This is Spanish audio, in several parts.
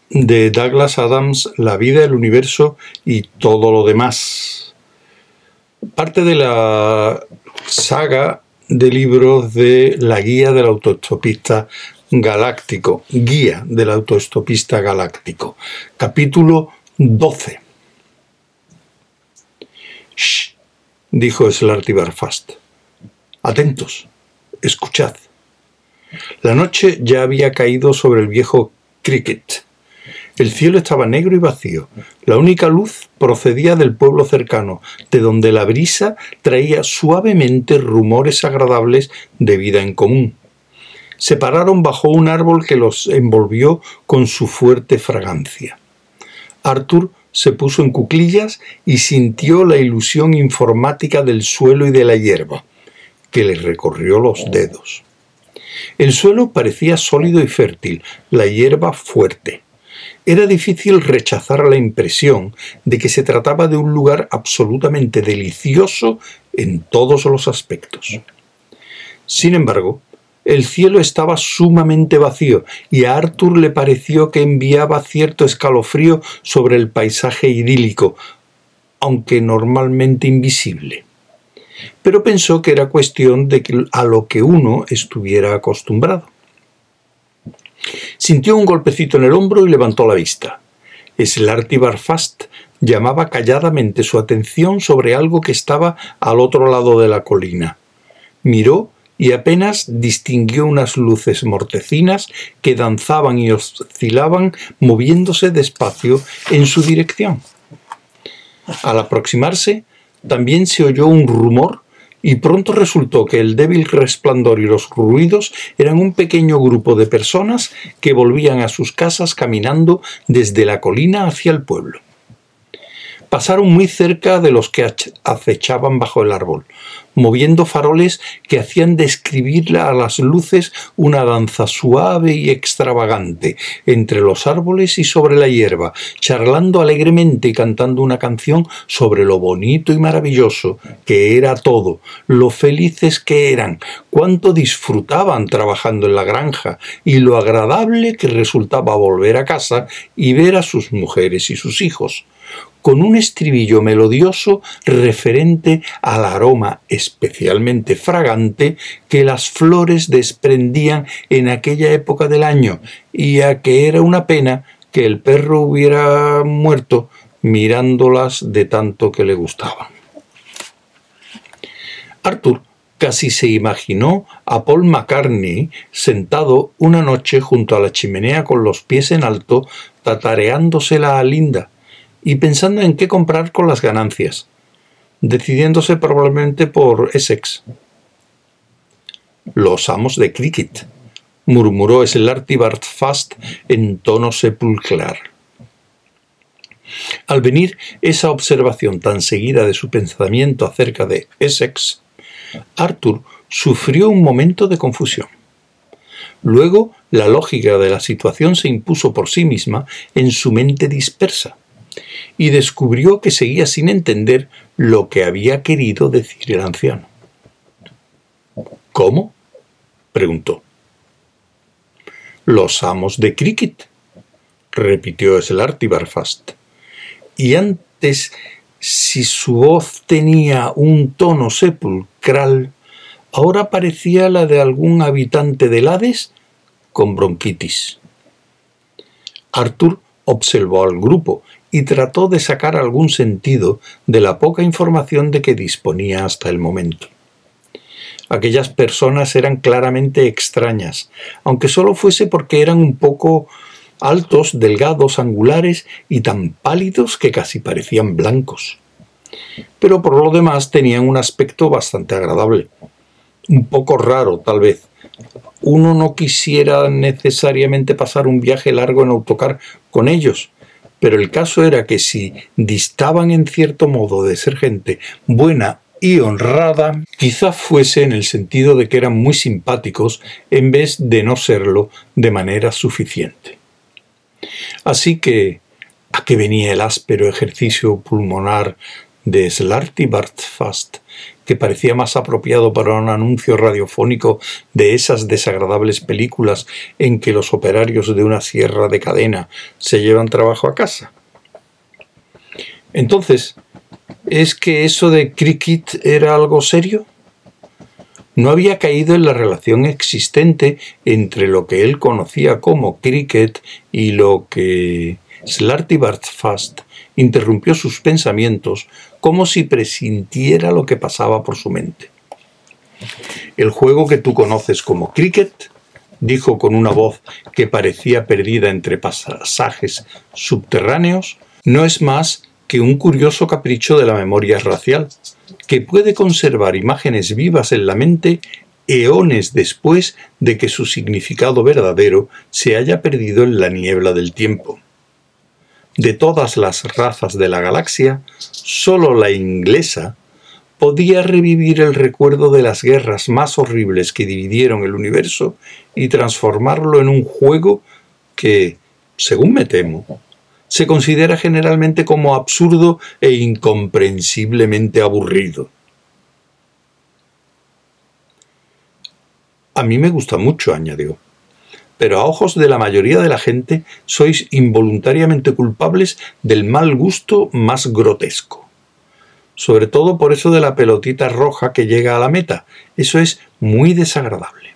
de Douglas Adams, La vida, el universo y todo lo demás. Parte de la saga de libros de la guía del autoestopista galáctico. Guía del autoestopista galáctico. Capítulo 12. «Shh», dijo Slartibarfast. «Atentos, escuchad». La noche ya había caído sobre el viejo Cricket. El cielo estaba negro y vacío. La única luz procedía del pueblo cercano, de donde la brisa traía suavemente rumores agradables de vida en común. Se pararon bajo un árbol que los envolvió con su fuerte fragancia. Arthur se puso en cuclillas y sintió la ilusión informática del suelo y de la hierba, que le recorrió los dedos. El suelo parecía sólido y fértil, la hierba fuerte. Era difícil rechazar la impresión de que se trataba de un lugar absolutamente delicioso en todos los aspectos. Sin embargo, el cielo estaba sumamente vacío y a Arthur le pareció que enviaba cierto escalofrío sobre el paisaje idílico, aunque normalmente invisible. Pero pensó que era cuestión de a lo que uno estuviera acostumbrado. Sintió un golpecito en el hombro y levantó la vista. Slartibarfast llamaba calladamente su atención sobre algo que estaba al otro lado de la colina. Miró y apenas distinguió unas luces mortecinas que danzaban y oscilaban, moviéndose despacio en su dirección. Al aproximarse, también se oyó un rumor y pronto resultó que el débil resplandor y los ruidos eran un pequeño grupo de personas que volvían a sus casas caminando desde la colina hacia el pueblo. Pasaron muy cerca de los que acechaban bajo el árbol, moviendo faroles que hacían describir a las luces una danza suave y extravagante entre los árboles y sobre la hierba, charlando alegremente y cantando una canción sobre lo bonito y maravilloso que era todo, lo felices que eran, cuánto disfrutaban trabajando en la granja y lo agradable que resultaba volver a casa y ver a sus mujeres y sus hijos, con un estribillo melodioso referente al aroma especialmente fragante que las flores desprendían en aquella época del año, y a que era una pena que el perro hubiera muerto mirándolas de tanto que le gustaban. Arthur casi se imaginó a Paul McCartney sentado una noche junto a la chimenea con los pies en alto, tatareándosela a Linda, y pensando en qué comprar con las ganancias, decidiéndose probablemente por Essex. «Los amos de Cricket», murmuró Slartibarfast en tono sepulcral. Al venir esa observación tan seguida de su pensamiento acerca de Essex, Arthur sufrió un momento de confusión. Luego la lógica de la situación se impuso por sí misma en su mente dispersa, y descubrió que seguía sin entender lo que había querido decir el anciano. «¿Cómo?», preguntó. «Los amos de Cricket», repitió Slartibarfast, y antes, si su voz tenía un tono sepulcral, ahora parecía la de algún habitante del Hades con bronquitis. Arthur observó al grupo y trató de sacar algún sentido de la poca información de que disponía hasta el momento. Aquellas personas eran claramente extrañas, aunque solo fuese porque eran un poco altos, delgados, angulares y tan pálidos que casi parecían blancos. Pero por lo demás tenían un aspecto bastante agradable. Un poco raro, tal vez. Uno no quisiera necesariamente pasar un viaje largo en autocar con ellos, pero el caso era que si distaban en cierto modo de ser gente buena y honrada, quizá fuese en el sentido de que eran muy simpáticos en vez de no serlo de manera suficiente. Así que, ¿a qué venía el áspero ejercicio pulmonar de Slartibartfast, que parecía más apropiado para un anuncio radiofónico de esas desagradables películas en que los operarios de una sierra de cadena se llevan trabajo a casa. Entonces, ¿es que eso de Cricket era algo serio? No había caído en la relación existente entre lo que él conocía como cricket y lo que Slartibartfast interrumpió sus pensamientos como si presintiera lo que pasaba por su mente. «El juego que tú conoces como cricket», dijo con una voz que parecía perdida entre pasajes subterráneos, «no es más que un curioso capricho de la memoria racial, que puede conservar imágenes vivas en la mente eones después de que su significado verdadero se haya perdido en la niebla del tiempo. De todas las razas de la galaxia, solo la inglesa podía revivir el recuerdo de las guerras más horribles que dividieron el universo y transformarlo en un juego que, según me temo, se considera generalmente como absurdo e incomprensiblemente aburrido. A mí me gusta mucho, añadió, pero a ojos de la mayoría de la gente sois involuntariamente culpables del mal gusto más grotesco. Sobre todo por eso de la pelotita roja que llega a la meta. Eso es muy desagradable.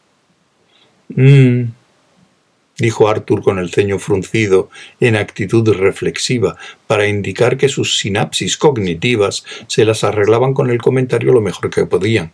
Dijo Arthur con el ceño fruncido en actitud reflexiva para indicar que sus sinapsis cognitivas se las arreglaban con el comentario lo mejor que podían.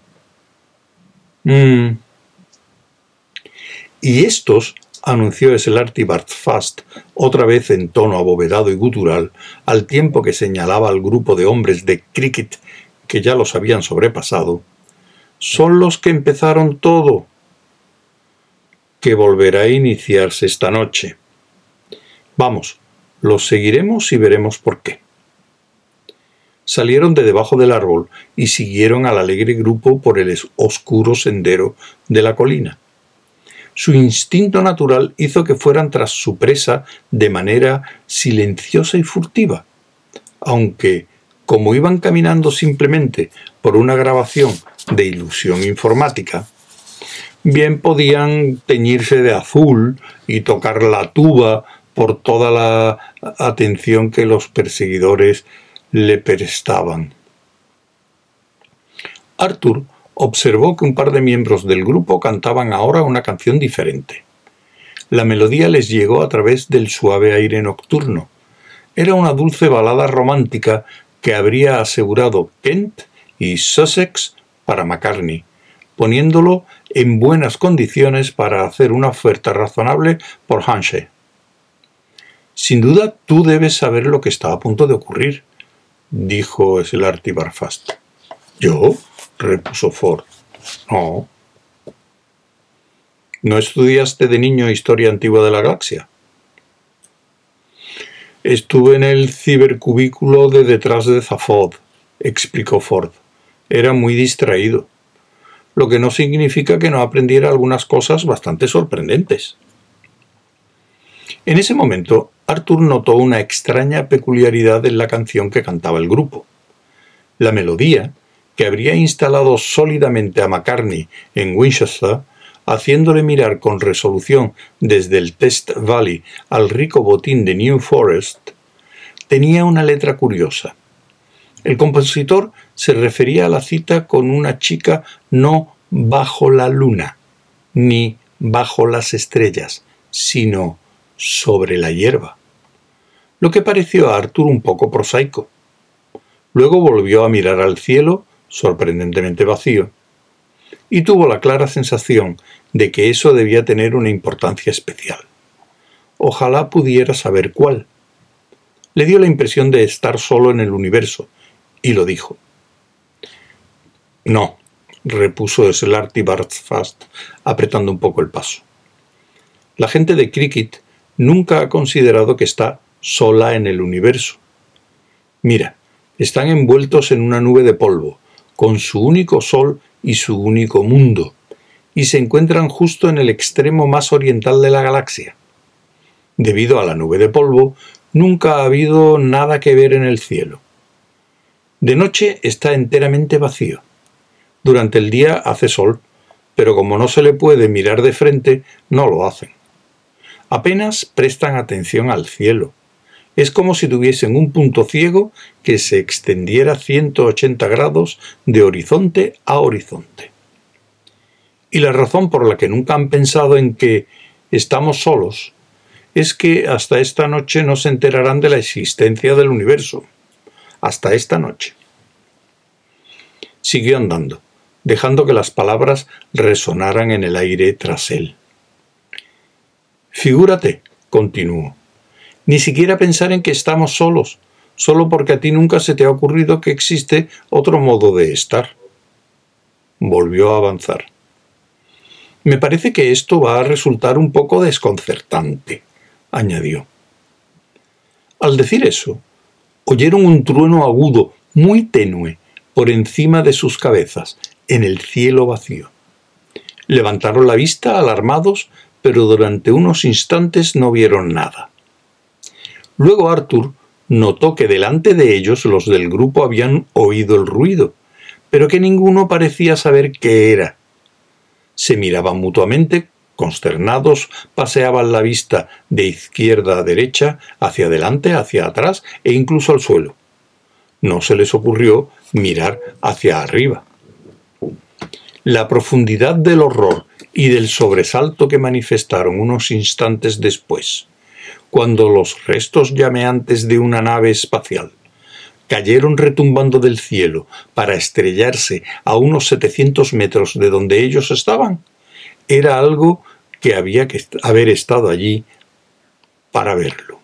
Y estos, anunció Slartibartfast, otra vez en tono abovedado y gutural, al tiempo que señalaba al grupo de hombres de cricket que ya los habían sobrepasado, son los que empezaron todo, que volverá a iniciarse esta noche. Vamos, los seguiremos y veremos por qué. Salieron de debajo del árbol y siguieron al alegre grupo por el oscuro sendero de la colina. Su instinto natural hizo que fueran tras su presa de manera silenciosa y furtiva, aunque, como iban caminando simplemente por una grabación de ilusión informática, bien podían teñirse de azul y tocar la tuba por toda la atención que los perseguidores le prestaban. Arthur observó que un par de miembros del grupo cantaban ahora una canción diferente. La melodía les llegó a través del suave aire nocturno. Era una dulce balada romántica que habría asegurado Kent y Sussex para McCartney, poniéndolo en buenas condiciones para hacer una oferta razonable por Hanshe. «Sin duda tú debes saber lo que está a punto de ocurrir», dijo Slartibartfast. «¿Yo?», repuso Ford. «No». «¿No estudiaste de niño historia antigua de la galaxia?» «Estuve en el cibercubículo de detrás de Zaphod», explicó Ford. «Era muy distraído, lo que no significa que no aprendiera algunas cosas bastante sorprendentes». En ese momento, Arthur notó una extraña peculiaridad en la canción que cantaba el grupo. La melodía, que habría instalado sólidamente a McCartney en Winchester, haciéndole mirar con resolución desde el Test Valley al rico botín de New Forest, tenía una letra curiosa. El compositor se refería a la cita con una chica no bajo la luna, ni bajo las estrellas, sino sobre la hierba, lo que pareció a Arthur un poco prosaico. Luego volvió a mirar al cielo, sorprendentemente vacío, y tuvo la clara sensación de que eso debía tener una importancia especial. Ojalá pudiera saber cuál. Le dio la impresión de estar solo en el universo, y lo dijo. «No», repuso Slartibartfast, apretando un poco el paso. «La gente de Cricket nunca ha considerado que está sola en el universo. Mira, están envueltos en una nube de polvo, con su único sol y su único mundo, y se encuentran justo en el extremo más oriental de la galaxia. Debido a la nube de polvo, nunca ha habido nada que ver en el cielo. De noche está enteramente vacío. Durante el día hace sol, pero como no se le puede mirar de frente, no lo hacen. Apenas prestan atención al cielo. Es como si tuviesen un punto ciego que se extendiera 180 grados de horizonte a horizonte. Y la razón por la que nunca han pensado en que estamos solos es que hasta esta noche no se enterarán de la existencia del universo. Hasta esta noche. Siguió andando, dejando que las palabras resonaran en el aire tras él. Figúrate, continuó, ni siquiera pensar en que estamos solos, solo porque a ti nunca se te ha ocurrido que existe otro modo de estar. Volvió a avanzar. Me parece que esto va a resultar un poco desconcertante, añadió. Al decir eso, oyeron un trueno agudo, muy tenue, por encima de sus cabezas, en el cielo vacío. Levantaron la vista, alarmados, pero durante unos instantes no vieron nada. Luego Arthur notó que delante de ellos los del grupo habían oído el ruido, pero que ninguno parecía saber qué era. Se miraban mutuamente, consternados, paseaban la vista de izquierda a derecha, hacia adelante, hacia atrás e incluso al suelo. No se les ocurrió mirar hacia arriba. La profundidad del horror y del sobresalto que manifestaron unos instantes después, cuando los restos llameantes de una nave espacial cayeron retumbando del cielo para estrellarse a unos 700 metros de donde ellos estaban, era algo que había que haber estado allí para verlo.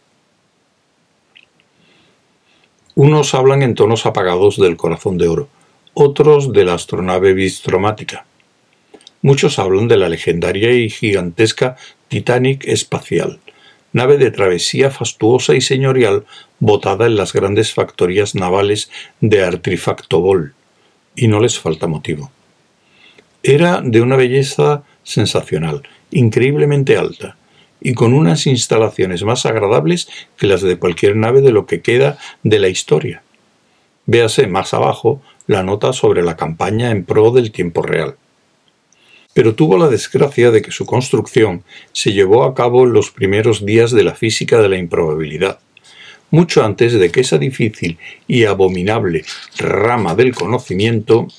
Unos hablan en tonos apagados del Corazón de Oro, otros de la astronave bistromática. Muchos hablan de la legendaria y gigantesca Titanic espacial, nave de travesía fastuosa y señorial botada en las grandes factorías navales de Artrifactobol, y no les falta motivo. Era de una belleza sensacional, increíblemente alta, y con unas instalaciones más agradables que las de cualquier nave de lo que queda de la historia. Véase más abajo la nota sobre la campaña en pro del tiempo real. Pero tuvo la desgracia de que su construcción se llevó a cabo en los primeros días de la física de la improbabilidad, mucho antes de que esa difícil y abominable rama del conocimiento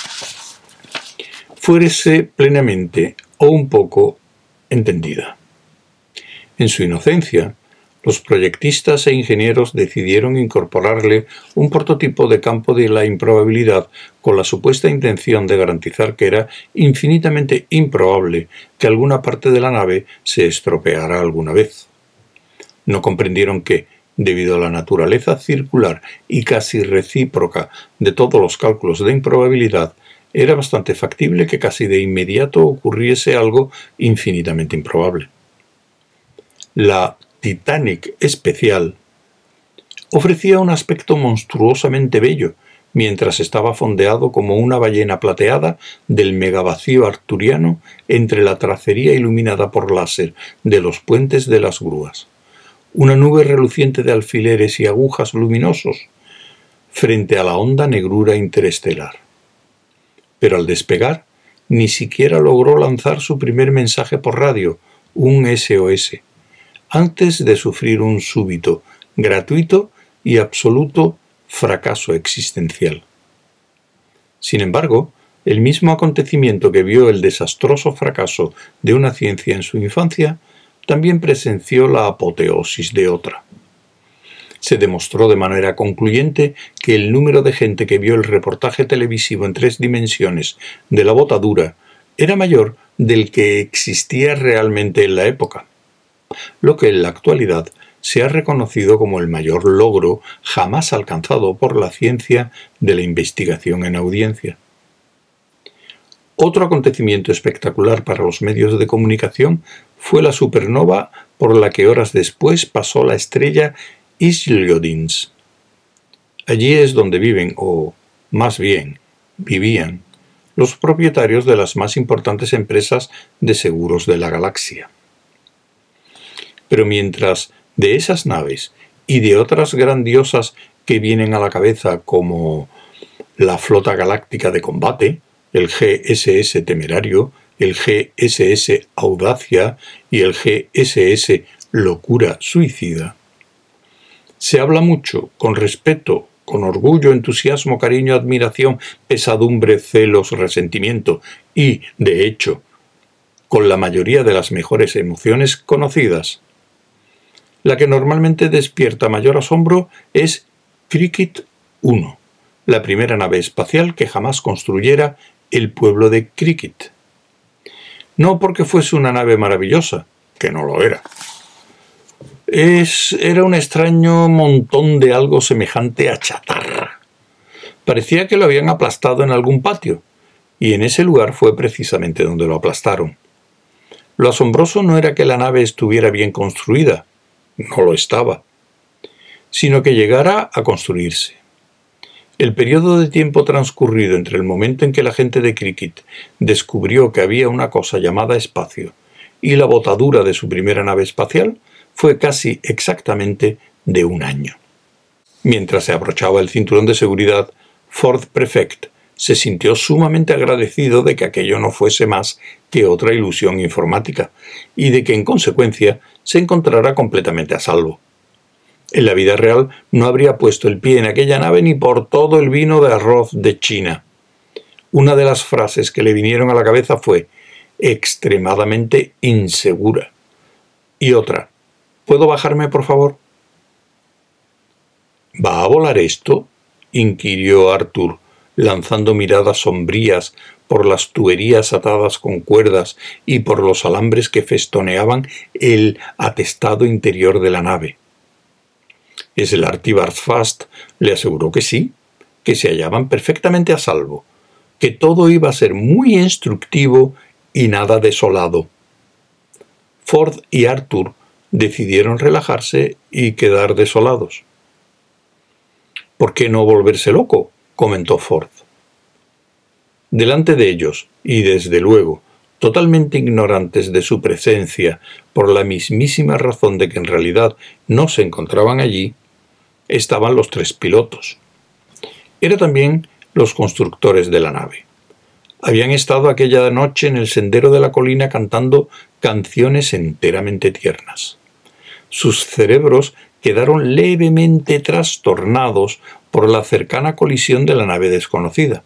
fuese plenamente o un poco entendida. En su inocencia, los proyectistas e ingenieros decidieron incorporarle un prototipo de campo de la improbabilidad con la supuesta intención de garantizar que era infinitamente improbable que alguna parte de la nave se estropeara alguna vez. No comprendieron que, debido a la naturaleza circular y casi recíproca de todos los cálculos de improbabilidad, era bastante factible que casi de inmediato ocurriese algo infinitamente improbable. La Titanic especial ofrecía un aspecto monstruosamente bello, mientras estaba fondeado como una ballena plateada del megavacío arturiano entre la tracería iluminada por láser de los puentes de las grúas. Una nube reluciente de alfileres y agujas luminosos frente a la honda negrura interestelar. Pero al despegar, ni siquiera logró lanzar su primer mensaje por radio, un SOS, antes de sufrir un súbito, gratuito y absoluto fracaso existencial. Sin embargo, el mismo acontecimiento que vio el desastroso fracaso de una ciencia en su infancia, también presenció la apoteosis de otra. Se demostró de manera concluyente que el número de gente que vio el reportaje televisivo en 3 dimensiones de la botadura era mayor del que existía realmente en la época, lo que en la actualidad se ha reconocido como el mayor logro jamás alcanzado por la ciencia de la investigación en audiencia. Otro acontecimiento espectacular para los medios de comunicación fue la supernova por la que horas después pasó la estrella Islodins. Allí es donde viven, o más bien, vivían, los propietarios de las más importantes empresas de seguros de la galaxia. Pero mientras de esas naves y de otras grandiosas que vienen a la cabeza como la Flota Galáctica de Combate, el GSS Temerario, el GSS Audacia y el GSS Locura Suicida. Se habla mucho, con respeto, con orgullo, entusiasmo, cariño, admiración, pesadumbre, celos, resentimiento y, de hecho, con la mayoría de las mejores emociones conocidas. La que normalmente despierta mayor asombro es Cricket 1, la primera nave espacial que jamás construyera el pueblo de Cricket. No porque fuese una nave maravillosa, que no lo era. Era un extraño montón de algo semejante a chatarra. Parecía que lo habían aplastado en algún patio, y en ese lugar fue precisamente donde lo aplastaron. Lo asombroso no era que la nave estuviera bien construida, no lo estaba, sino que llegara a construirse. El periodo de tiempo transcurrido entre el momento en que la gente de Cricket descubrió que había una cosa llamada espacio y la botadura de su primera nave espacial fue casi exactamente de 1 año. Mientras se abrochaba el cinturón de seguridad, Ford Prefect se sintió sumamente agradecido de que aquello no fuese más que otra ilusión informática y de que en consecuencia se encontrara completamente a salvo. En la vida real no habría puesto el pie en aquella nave ni por todo el vino de arroz de China. Una de las frases que le vinieron a la cabeza fue extremadamente insegura. Y otra, ¿puedo bajarme, por favor? ¿Va a volar esto?, inquirió Arthur, lanzando miradas sombrías por las tuberías atadas con cuerdas y por los alambres que festoneaban el atestado interior de la nave. Slarty Barfast le aseguró que sí, que se hallaban perfectamente a salvo, que todo iba a ser muy instructivo y nada desolado. Ford y Arthur decidieron relajarse y quedar desolados. «¿Por qué no volverse loco?», comentó Ford. Delante de ellos, y desde luego, totalmente ignorantes de su presencia por la mismísima razón de que en realidad no se encontraban allí, estaban los 3 pilotos. Eran también los constructores de la nave. Habían estado aquella noche en el sendero de la colina cantando canciones enteramente tiernas. Sus cerebros quedaron levemente trastornados por la cercana colisión de la nave desconocida.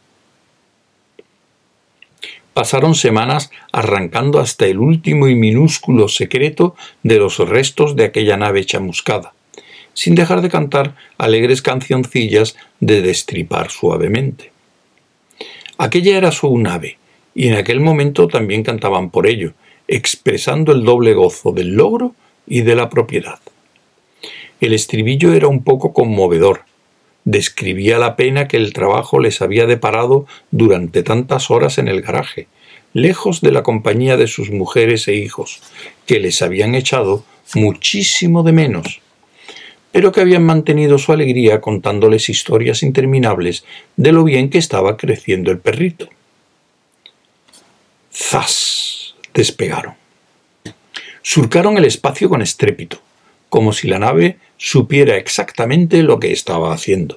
Pasaron semanas arrancando hasta el último y minúsculo secreto de los restos de aquella nave chamuscada, sin dejar de cantar alegres cancioncillas de destripar suavemente. Aquella era su nave, y en aquel momento también cantaban por ello, expresando el doble gozo del logro y de la propiedad. El estribillo era un poco conmovedor. Describía la pena que el trabajo les había deparado durante tantas horas en el garaje, lejos de la compañía de sus mujeres e hijos, que les habían echado muchísimo de menos, pero que habían mantenido su alegría contándoles historias interminables de lo bien que estaba creciendo el perrito. ¡Zas! Despegaron. Surcaron el espacio con estrépito, como si la nave supiera exactamente lo que estaba haciendo.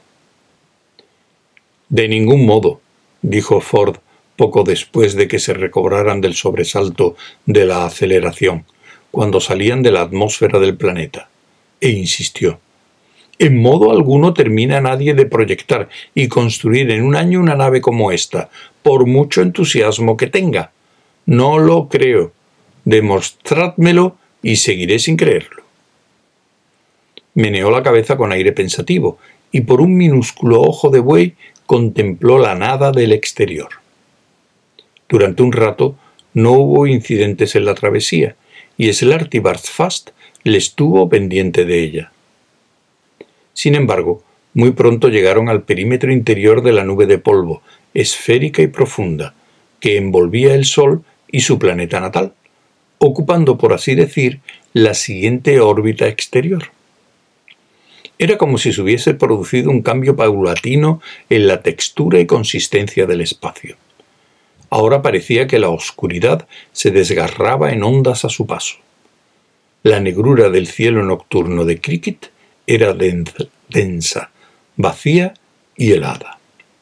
«De ningún modo», dijo Ford poco después de que se recobraran del sobresalto de la aceleración, cuando salían de la atmósfera del planeta, e insistió. «En modo alguno termina nadie de proyectar y construir en 1 año una nave como esta, por mucho entusiasmo que tenga. No lo creo. Demostrádmelo y seguiré sin creerlo». Meneó la cabeza con aire pensativo y por un minúsculo ojo de buey contempló la nada del exterior. Durante un rato no hubo incidentes en la travesía y Slarty Barfast le estuvo pendiente de ella. Sin embargo, muy pronto llegaron al perímetro interior de la nube de polvo, esférica y profunda, que envolvía el Sol y su planeta natal, ocupando, por así decir, la siguiente órbita exterior. Era como si se hubiese producido un cambio paulatino en la textura y consistencia del espacio. Ahora parecía que la oscuridad se desgarraba en ondas a su paso. La negrura del cielo nocturno de Cricket era densa, vacía y helada.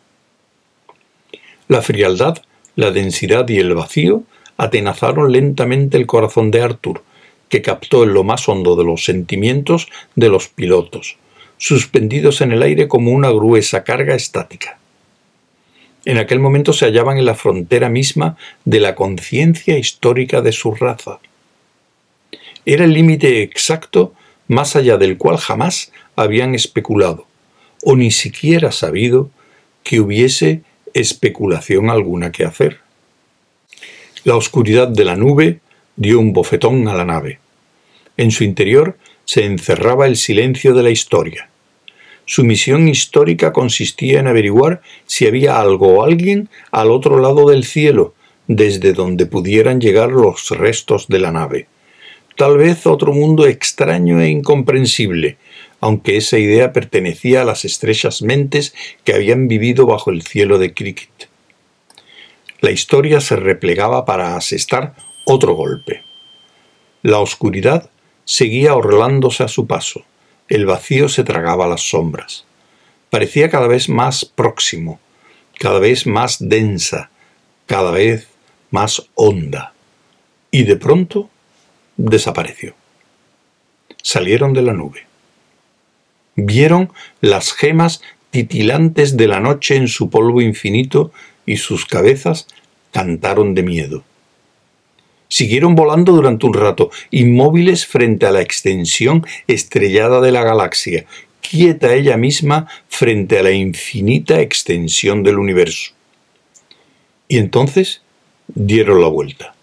La frialdad, la densidad y el vacío atenazaron lentamente el corazón de Arthur, que captó en lo más hondo de los sentimientos de los pilotos, suspendidos en el aire como una gruesa carga estática. En aquel momento se hallaban en la frontera misma de la conciencia histórica de su raza. Era el límite exacto más allá del cual jamás habían especulado, o ni siquiera sabido que hubiese especulación alguna que hacer. La oscuridad de la nube dio un bofetón a la nave. En su interior se encerraba el silencio de la historia. Su misión histórica consistía en averiguar si había algo o alguien al otro lado del cielo, desde donde pudieran llegar los restos de la nave. Tal vez otro mundo extraño e incomprensible, aunque esa idea pertenecía a las estrechas mentes que habían vivido bajo el cielo de Cricket. La historia se replegaba para asestar otro golpe. La oscuridad seguía orlándose a su paso. El vacío se tragaba las sombras. Parecía cada vez más próximo, cada vez más densa, cada vez más honda. Y de pronto desapareció. Salieron de la nube. Vieron las gemas titilantes de la noche en su polvo infinito y sus cabezas cantaron de miedo. Siguieron volando durante un rato, inmóviles frente a la extensión estrellada de la galaxia, quieta ella misma frente a la infinita extensión del universo. Y entonces dieron la vuelta.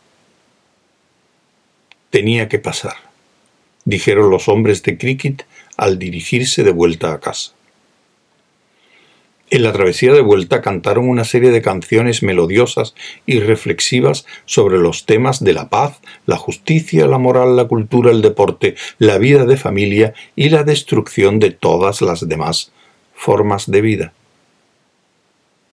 Tenía que pasar, dijeron los hombres de Cricket al dirigirse de vuelta a casa. En la travesía de vuelta cantaron una serie de canciones melodiosas y reflexivas sobre los temas de la paz, la justicia, la moral, la cultura, el deporte, la vida de familia y la destrucción de todas las demás formas de vida.